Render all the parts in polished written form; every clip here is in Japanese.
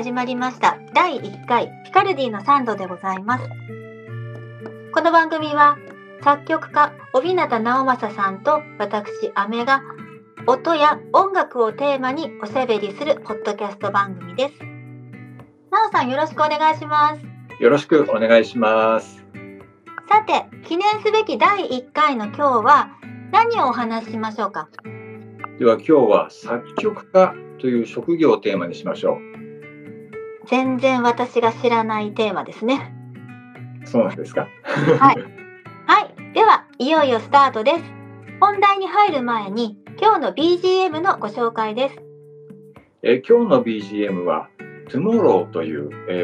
始まりました第1回ピカルディのサンドでございます。この番組は作曲家小日向直政さんと私アメが音や音楽をテーマにおしゃべりするポッドキャスト番組です。直さん、よろしくお願いします。 よろしくお願いします。 さて、記念すべき第1回の今日は何をお話ししましょうか。 では今日は作曲家という職業をテーマにしましょう。 全然私が知らないテーマですね。 そうなんですか。 はい、はい、ではいよいよスタートです。本題に入る前に今日の BGM のご紹介です。 今日の BGM は Tomorrow という、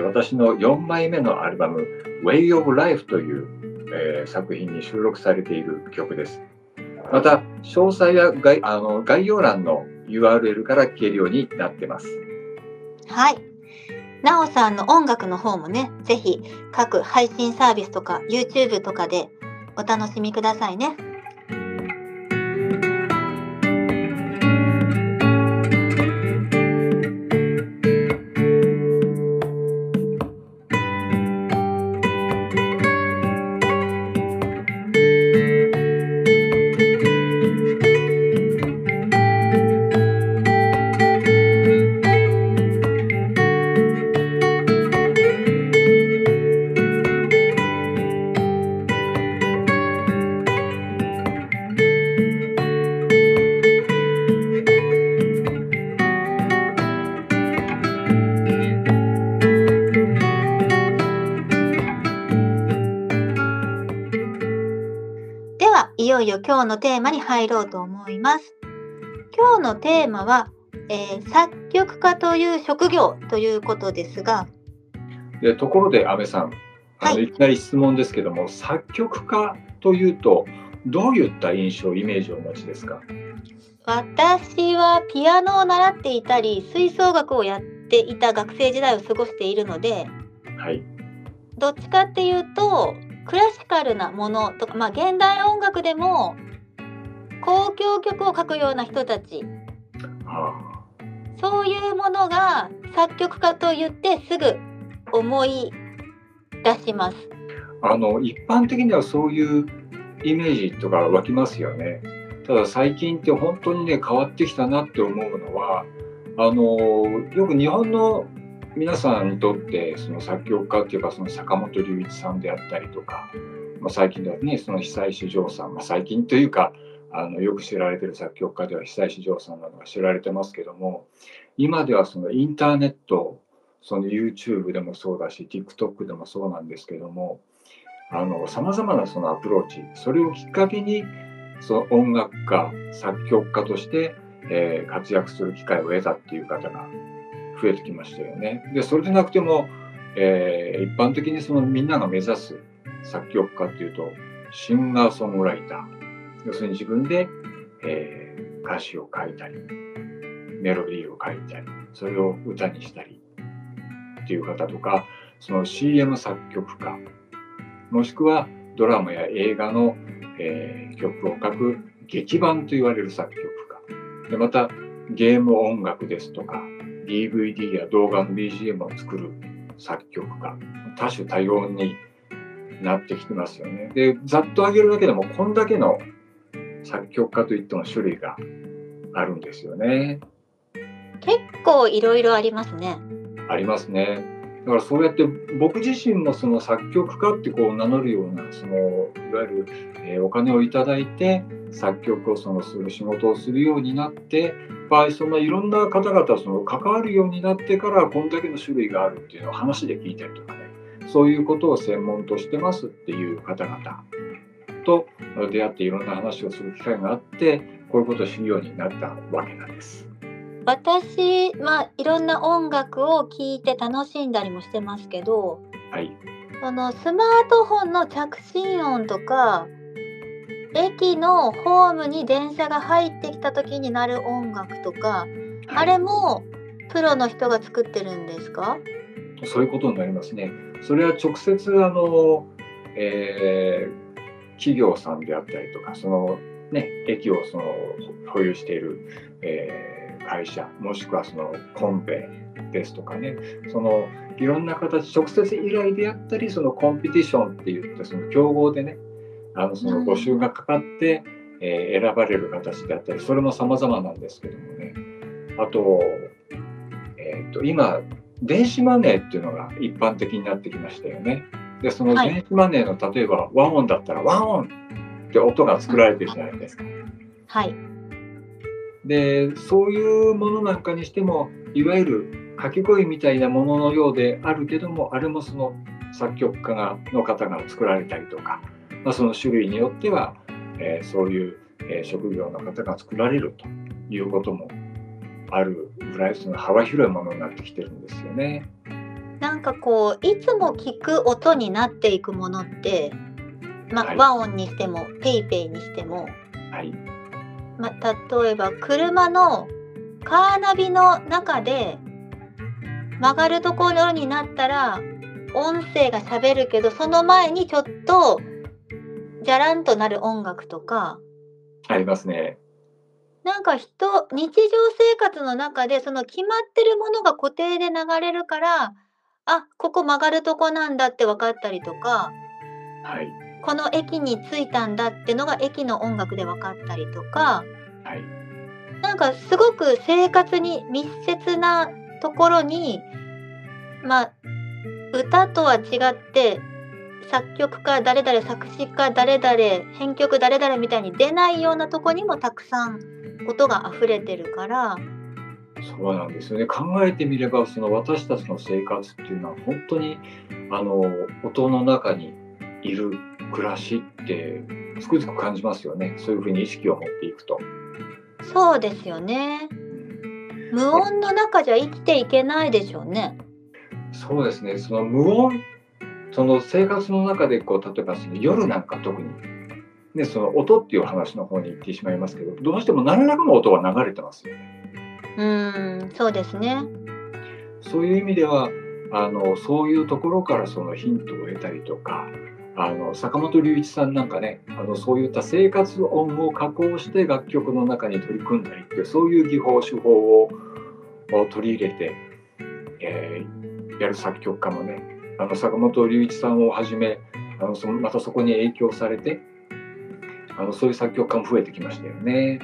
私の4枚目のアルバム Way of Life という、作品に収録されている曲です。また詳細は概要欄の URL から聞けるようになってます。 はい、なおさんの音楽の方もね、ぜひ各配信サービスとか YouTube とかでお楽しみくださいね。いよいよ今日のテーマに入ろうと思います。今日のテーマは、作曲家という職業ということですが、 ところで阿部さん、いきなり質問ですけども、作曲家というとどういった印象、イメージをお持ちですか？ 私はピアノを習っていたり吹奏楽をやっていた学生時代を過ごしているので、 はい、 どっちかっていうとクラシカルなものとか、現代音楽でも交響曲を書くような人たち、そういうものが作曲家と言ってすぐ思い出します。 一般的にはそういうイメージとか湧きますよね。ただ最近って本当にね、変わってきたなって思うのは、よく日本の皆さんにとってその作曲家っていうか、その坂本龍一さんであったりとか、最近ではね、その久石譲さん、最近というかよく知られている作曲家では久石譲さんなどが知られてますけども、今ではそのインターネット、その YouTube でもそうだし TikTok でもそうなんですけども、さまざまなそのアプローチ、それをきっかけにその音楽家、作曲家として、活躍する機会を得たっていう方が増えてきましたよね。でそれでなくても、一般的にそのみんなが目指す作曲家っていうとシンガーソングライター、要するに自分で、歌詞を書いたりメロディーを書いたりそれを歌にしたりっていう方とか、その CM 作曲家、もしくはドラマや映画の、曲を書く劇版と言われる作曲家で、またゲーム音楽ですとか DVD や動画の BGM を作る作曲家、多種多様になってきてますよね。でざっと挙げるだけでもこんだけの作曲家といっても種類があるんですよね。 結構いろいろありますね。 ありますね。だからそうやって僕自身もその作曲家ってこう名乗るような、そのいわゆる、お金をいただいて作曲をする仕事をするようになって、そのいろんな方々その関わるようになってからこんだけの種類があるっていうのを話で聞いたりとかね、そういうことを専門としてますっていう方々と出会っていろんな話をする機会があって、こういうことを知るようになったわけなんです。 私いろんな音楽を聴いて楽しんだりもしてますけど、 はい、 そのスマートフォンの着信音とか駅のホームに電車が入ってきた時に鳴る音楽とか、あれもプロの人が作ってるんですか？ そういうことになりますね。それは直接企業さんであったりとか、そのね、駅をその保有している、会社、もしくはそのコンペですとかね、そのいろんな形、直接依頼であったり、そのコンペティションって言ってその競合でね、その募集がかかって、選ばれる形であったり、それも様々なんですけどもね。あと、今電子マネーっていうのが一般的になってきましたよね。で、その電子マネーの例えば和音だったら和音って音が作られてるじゃないですか。 はい。 で、そういうものなんかにしても、いわゆる掛け声みたいなもののようであるけども、あれもその作曲家の方が作られたりとか、その種類によっては、そういう、職業の方が作られるということもあるぐらい、その幅広いものになってきてるんですよね。 なんかこういつも聞く音になっていくものって、 はい、 和音にしてもペイペイにしても、 はい、 例えば車のカーナビの中で曲がるところになったら音声が喋るけど、その前にちょっとじゃらんとなる音楽とかありますね。 なんか日常生活の中でその決まってるものが固定で流れるから、あ、ここ曲がるとこなんだって分かったりとか、 はい、 この駅に着いたんだってのが駅の音楽で分かったりとか、 はい、 なんかすごく生活に密接なところに、歌とは違って作曲家誰々、作詞家誰々、編曲誰々みたいに出ないようなとこにもたくさん音が溢れてるから。 そうなんですよね。考えてみれば、その私たちの生活っていうのは本当に音の中にいる暮らしってつくづく感じますよね。そういうふうに意識を持っていくと。 そうですよね。無音の中じゃ生きていけないでしょうね。 そうですね。その無音、その生活の中で例えばその夜なんか特に、ね、その音っていう話の方に行ってしまいますけど、どうしても何らかの音が流れてますよね。 そうですね。 そういう意味ではそういうところからそのヒントを得たりとか、坂本龍一さんなんかね、そういった生活音を加工して楽曲の中に取り組んだりっていう、そういう技法手法を取り入れて、やる作曲家もね、坂本龍一さんをはじめまたそこに影響されてそういう作曲家も増えてきましたよね。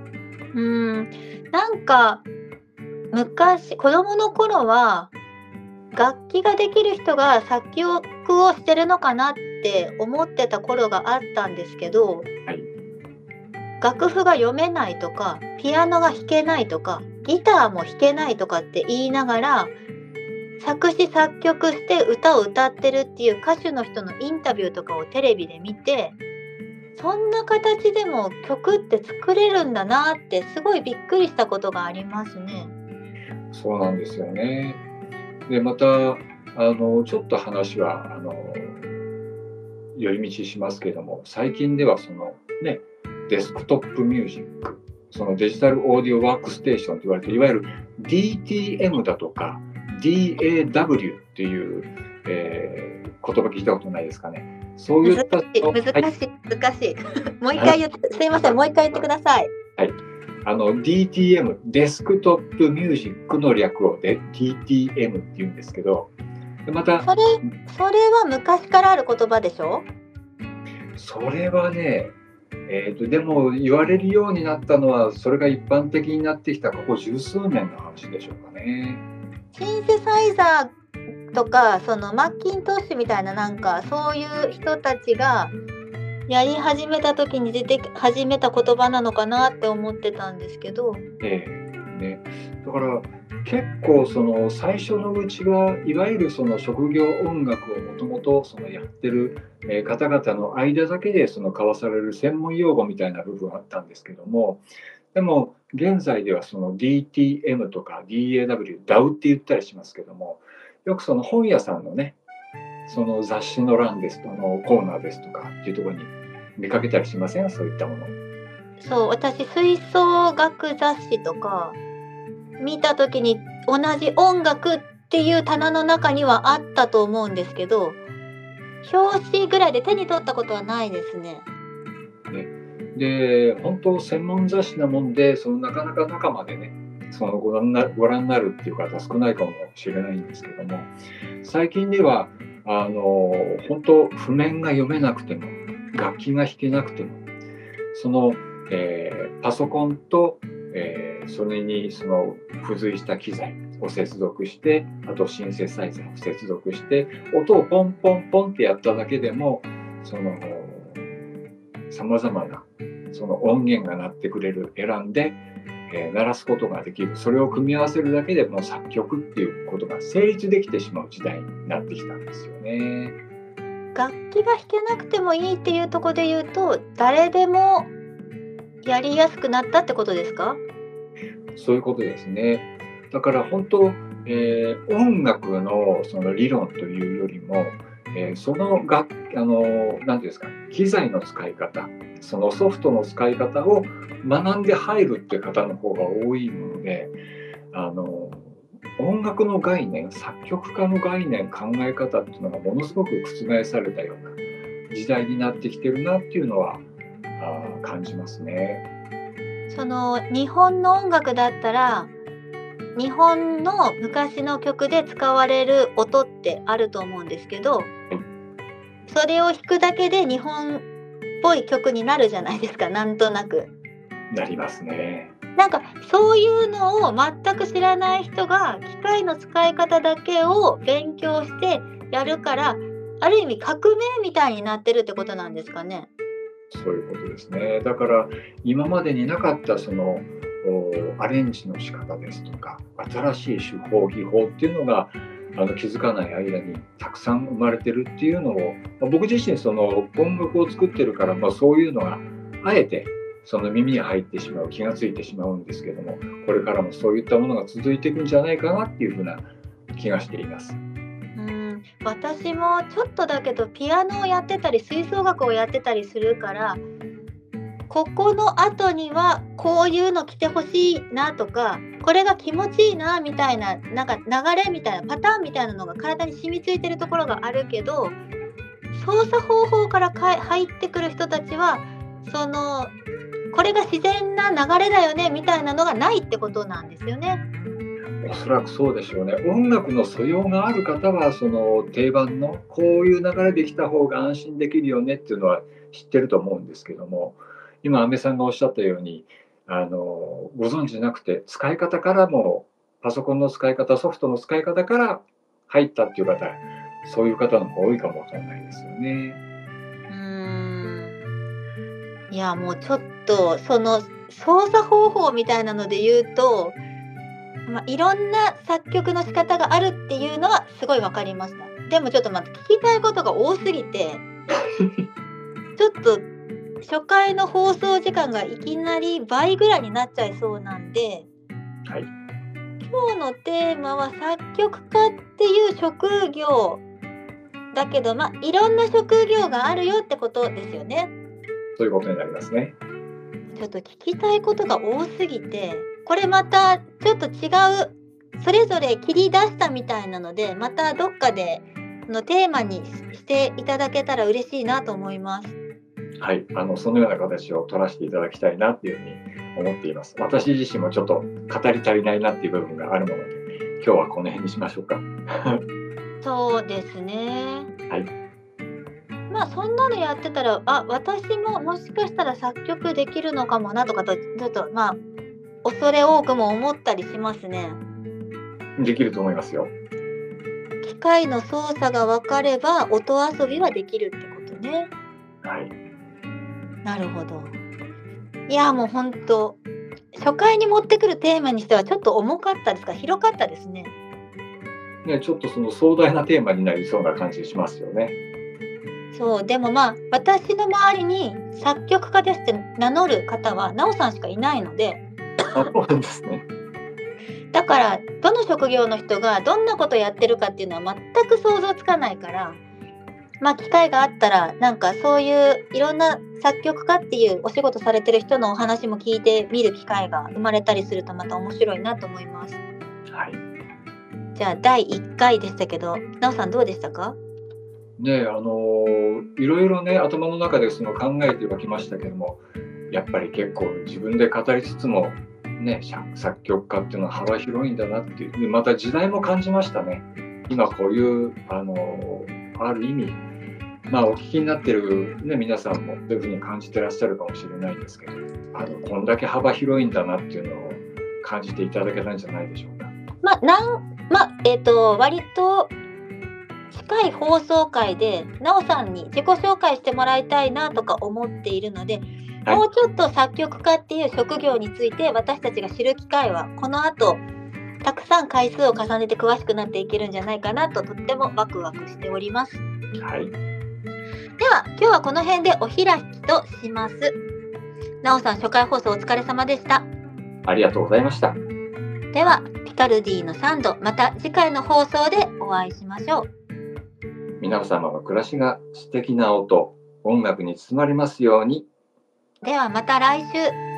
なんか昔子供の頃は楽器ができる人が作曲をしてるのかなって思ってた頃があったんですけど、 はい、 楽譜が読めないとかピアノが弾けないとかギターも弾けないとかって言いながら作詞作曲して歌を歌ってるっていう歌手の人のインタビューとかをテレビで見て、そんな形でも曲って作れるんだなってすごいびっくりしたことがありますね。 そうなんですよね。でまたちょっと話は寄り道しますけれども、最近ではそのねデスクトップミュージック、そのデジタルオーディオワークステーションと言われて、いわゆる DTM だとか DAW っていう、言葉聞いたことないですかね。そういった難しいもう一回言って、すいません、もう一回言ってください。 はい、DTM デスクトップミュージックの略をで DTM って言うんですけど、またそれは昔からある言葉でしょ？ それはね、でも言われるようになったのは、それが一般的になってきたここ十数年の話でしょうかね。 シンセサイザーとかそのマッキントッシュみたいな、なんかそういう人たちがやり始めた時に出て始めた言葉なのかなって思ってたんですけど、 ね、だから結構その最初のうちはいわゆるその職業音楽をもともとそのやってる方々の間だけでその交わされる専門用語みたいな部分があったんですけども、でも現在ではその DTM とか DAW、DAW って言ったりしますけども、よくその本屋さんのね、その雑誌の欄ですとコーナーですとかっていうところに見かけたりしません？そういったもの。 そう、私吹奏楽雑誌とか見た時に同じ音楽っていう棚の中にはあったと思うんですけど、表紙ぐらいで手に取ったことはないですね。 で本当専門雑誌なもんで、そのなかなか中までねご覧になるっていう方少ないかもしれないんですけども、最近では本当譜面が読めなくても楽器が弾けなくてもその、パソコンと、それにその付随した機材を接続して、あとシンセサイザーを接続して音をポンポンポンってやっただけでもさまざまなその音源が鳴ってくれる選んで、鳴らすことができる。それを組み合わせるだけでもう作曲っていうことが成立できてしまう時代になってきたんですよね。 楽器が弾けなくてもいいっていうところで言うと、誰でもやりやすくなったってことですか？ そういうことですね。だから本当、音楽のその理論というよりも、その何ていうんですか、機材の使い方、そのソフトの使い方を学んで入るっていう方の方が多いもので、音楽の概念、作曲家の概念、考え方っていうのがものすごく覆されたような時代になってきてるなっていうのは感じますね。 その日本の音楽だったら、日本の昔の曲で使われる音ってあると思うんですけど、それを弾くだけで日本っぽい曲になるじゃないですか、なんとなく。 なりますね。 なんかそういうのを全く知らない人が機械の使い方だけを勉強してやるから、ある意味革命みたいになってるってことなんですかね。 そういうことですね。だから今までになかったそのアレンジの仕方ですとか、新しい手法技法っていうのが気づかない間にたくさん生まれてるっていうのを、僕自身その音楽を作ってるから、そういうのがあえてその耳に入ってしまう、気がついてしまうんですけども、これからもそういったものが続いていくんじゃないかなっていうふうな気がしています。 私もちょっとだけどピアノをやってたり吹奏楽をやってたりするから、ここの後にはこういうの着てほしいなとか、これが気持ちいいなみたいな、なんか流れみたいなパターンみたいなのが体に染みついてるところがあるけど、操作方法から入ってくる人たちはこれが自然な流れだよねみたいなのがないってことなんですよね。 おそらくそうでしょうね。音楽の素養がある方はその定番のこういう流れできた方が安心できるよねっていうのは知ってると思うんですけども、今安倍さんがおっしゃったようにご存知なくて、使い方からもパソコンの使い方、ソフトの使い方から入ったっていう方、そういう方の方が多いかもわからないですよね。 いやもうちょっとその操作方法みたいなので言うと、いろんな作曲の仕方があるっていうのはすごい分かりました。でもちょっと聞きたいことが多すぎてちょっと初回の放送時間がいきなり倍ぐらいになっちゃいそうなんで、 はい、 今日のテーマは作曲家っていう職業だけど、いろんな職業があるよってことですよね。 そういうことになりますね。 ちょっと聞きたいことが多すぎて、これまたちょっと違う、それぞれ切り出したみたいなので、またどっかでテーマにしていただけたら嬉しいなと思います。 はい、そのような形を取らせていただきたいなっていうふうに思っています。私自身もちょっと語り足りないなっていう部分があるもので、今日はこの辺にしましょうか。 そうですね。 はい。 そんなのやってたら、私ももしかしたら作曲できるのかもなとかと、ちょっと恐れ多くも思ったりしますね。 できると思いますよ。 機械の操作が分かれば音遊びはできるってことね。 はい。 なるほど。いやもう本当初回に持ってくるテーマにしてはちょっと重かったですか、広かったですね。 ちょっとその壮大なテーマになりそうな感じしますよね。 そうでも私の周りに作曲家ですって名乗る方はなおさんしかいないので。 そうなんですね。 だからどの職業の人がどんなことやってるかっていうのは全く想像つかないから、機会があったらなんかそういういろんな作曲家っていうお仕事されてる人のお話も聞いてみる機会が生まれたりするとまた面白いなと思います。 はい。 じゃあ第1回でしたけど、なおさんどうでしたか？ いろいろね頭の中で考えてはきましたけども、やっぱり結構自分で語りつつもね、作曲家っていうのは幅広いんだなっていう。でまた時代も感じましたね。今こういうある意味、お聞きになってる、ね、皆さんもそういうふうに感じてらっしゃるかもしれないんですけど、こんだけ幅広いんだなっていうのを感じていただけたんじゃないでしょうか。 割と近い放送回でなおさんに自己紹介してもらいたいなとか思っているので、 はい、 もうちょっと作曲家っていう職業について私たちが知る機会はこの後たくさん回数を重ねて詳しくなっていけるんじゃないかなと、とってもワクワクしております。 はい、 では今日はこの辺でお開きとします。なおさん、初回放送お疲れ様でした。 ありがとうございました。 ではピカルディのサンド、また次回の放送でお会いしましょう。 皆様の暮らしが素敵な音、音楽に包まれますように。 ではまた来週。